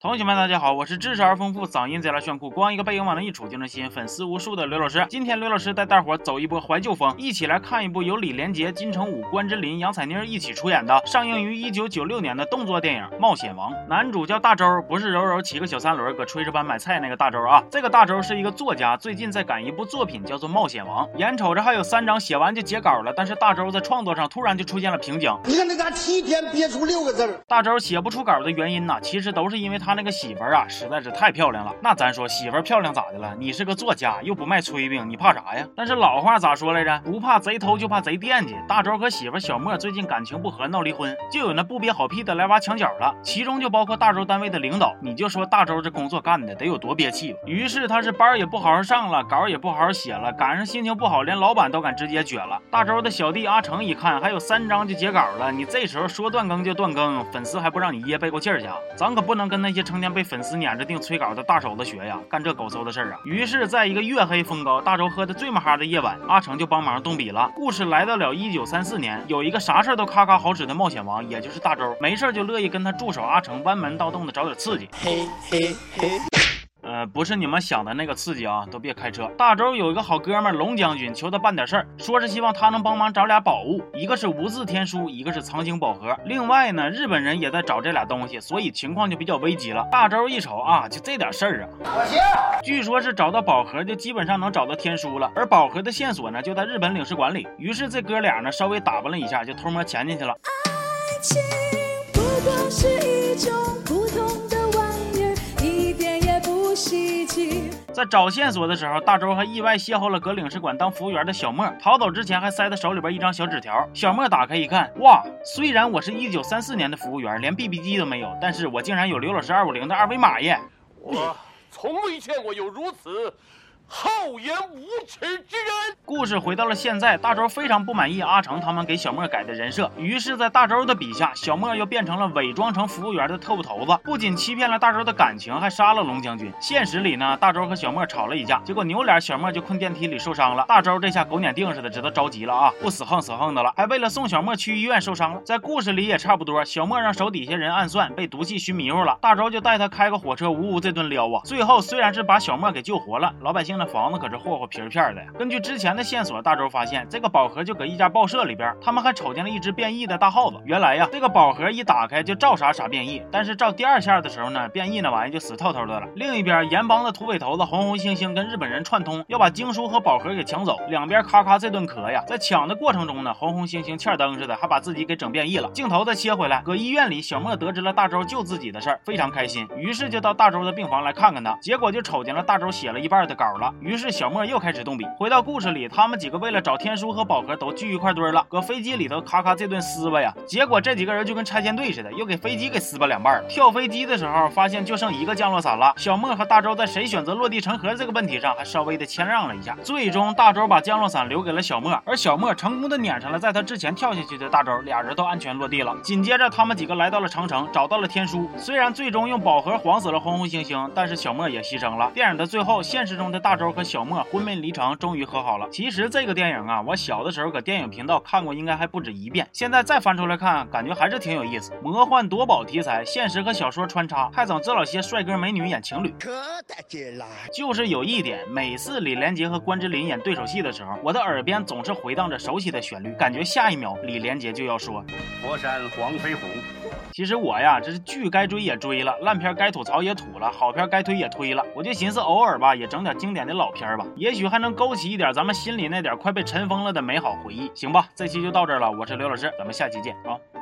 同学们大家好，我是知识而丰富，嗓音贼拉炫酷，光一个背影往那一杵就能吸引粉丝无数的刘老师。今天刘老师带大伙走一波怀旧风，一起来看一部由李连杰、金城武、关之琳、杨采妮一起出演的上映于1996年的动作电影《冒险王》。男主叫大周，不是柔柔骑个小三轮搁炊事班买菜那个大周啊，这个大周是一个作家，最近在赶一部作品叫做《冒险王》，眼瞅着还有3章写完就截稿了，但是大周在创作上突然就出现了瓶颈。 你看那咋7天憋出6个字？ 大周写不出稿的原因呢，其实都是因为他那个媳妇儿啊实在是太漂亮了。那咱说媳妇儿漂亮咋的了？你是个作家又不卖炊饼，你怕啥呀？但是老话咋说来着？不怕贼偷就怕贼惦记。大周和媳妇小莫最近感情不和，闹离婚，就有那不憋好屁的来挖墙角了，其中就包括大周单位的领导。你就说大周这工作干的得有多憋气吧。于是他是班也不好好上了，稿也不好好写了，赶上心情不好，连老板都敢直接撅了。大周的小弟阿成一看还有3章就截稿了，你这时候说断更就断更，粉丝还不让你噎背过气儿去啊？咱可不能跟那些成天被粉丝撵着定催稿的大手子学呀，干这狗馊的事儿啊！于是，在一个月黑风高、大周喝的醉嘛哈的夜晚，阿成就帮忙动笔了。故事来到了1934年，有一个啥事儿都咔咔好使的冒险王，也就是大周，没事就乐意跟他助手阿成弯门盗洞的找点刺激。 嘿嘿嘿。 不是你们想的那个刺激啊，都别开车。大周有一个好哥们龙将军，求他办点事儿，说是希望他能帮忙找俩宝物，一个是无字天书，一个是藏经宝盒。另外呢，日本人也在找这俩东西，所以情况就比较危急了。大周一瞅啊，就这点事儿啊， 我行。 据说是找到宝盒就基本上能找到天书了，而宝盒的线索呢就在日本领事馆里。于是这哥俩呢稍微打扮了一下，就偷摸潜进去了。 爱情不过是一种普通的玩意儿，一点也不稀奇。 在找线索的时候，大周还意外邂逅了搁领事馆当服务员的小莫，逃走之前还塞他手里边一张小纸条。小莫打开一看，哇，虽然我是1934年的服务员，连 BB 机都没有，但是我竟然有刘老师250的二维码耶！ 我从未见过有如此厚颜无耻之人。 故事回到了现在，大周非常不满意阿成他们给小莫改的人设，于是在大周的笔下，小莫又变成了伪装成服务员的特务头子，不仅欺骗了大周的感情，还杀了龙将军。现实里呢，大周和小莫吵了一架，结果扭脸小莫就困电梯里受伤了。大周这下狗撵腚似的，知道着急了啊，不死横死横的了，还为了送小莫去医院受伤了。在故事里也差不多，小莫让手底下人暗算，被毒气熏迷糊了，大周就带他开个火车呜这顿撩啊。最后虽然是把小莫给救活了，老百姓的房子可是霍皮片的呀。根据之前的线索，大周发现这个宝盒就搁一家报社里边，他们还瞅见了一只变异的大耗子。原来呀，这个宝盒一打开就照啥变异，但是照第2下的时候呢，变异那玩意就死透透的了。另一边，盐帮的土匪头子红红猩猩跟日本人串通，要把经书和宝盒给抢走，两边咔咔这顿磕呀。在抢的过程中呢，红红猩猩欠灯似的，还把自己给整变异了。镜头再切回来，搁医院里，小莫得知了大周救自己的事儿，非常开心，于是就到大周的病房来看看他，结果就瞅见了大周写了一半的稿了，于是小莫又开始动笔。回到故事里，他们几个为了找天书和宝盒都聚一块堆了，搁飞机里头咔咔这顿撕巴呀。结果这几个人就跟拆迁队似的，又给飞机给撕巴2半。跳飞机的时候发现就剩1个降落伞了，小莫和大周在谁选择落地成盒这个问题上还稍微的谦让了一下。最终大周把降落伞留给了小莫，而小莫成功的撵上了在他之前跳下去的大周，俩人都安全落地了。紧接着他们几个来到了长城，找到了天书。虽然最终用宝盒晃死了红红猩猩，但是小莫也牺牲了。电影的最后，现实中的大周和小莫婚门离成，终于和好了。其实这个电影啊，我小的时候搁电影频道看过，应该还不止1遍。现在再翻出来看，感觉还是挺有意思。魔幻夺宝题材，现实和小说穿插，还整这老些帅哥美女演情侣， 可带劲了。 就是有一点，每次李连杰和关之琳演对手戏的时候，我的耳边总是回荡着熟悉的旋律，感觉下一秒李连杰就要说佛山黄飞虎。 其实我呀，这是剧该追也追了，烂片该吐槽也吐了，好片该推也推了，我就寻思偶尔吧，也整点经典的老片吧，也许还能勾起一点咱们心里那点快被尘封了的美好回忆。行吧，这期就到这儿了，我是刘老师，咱们下期见啊。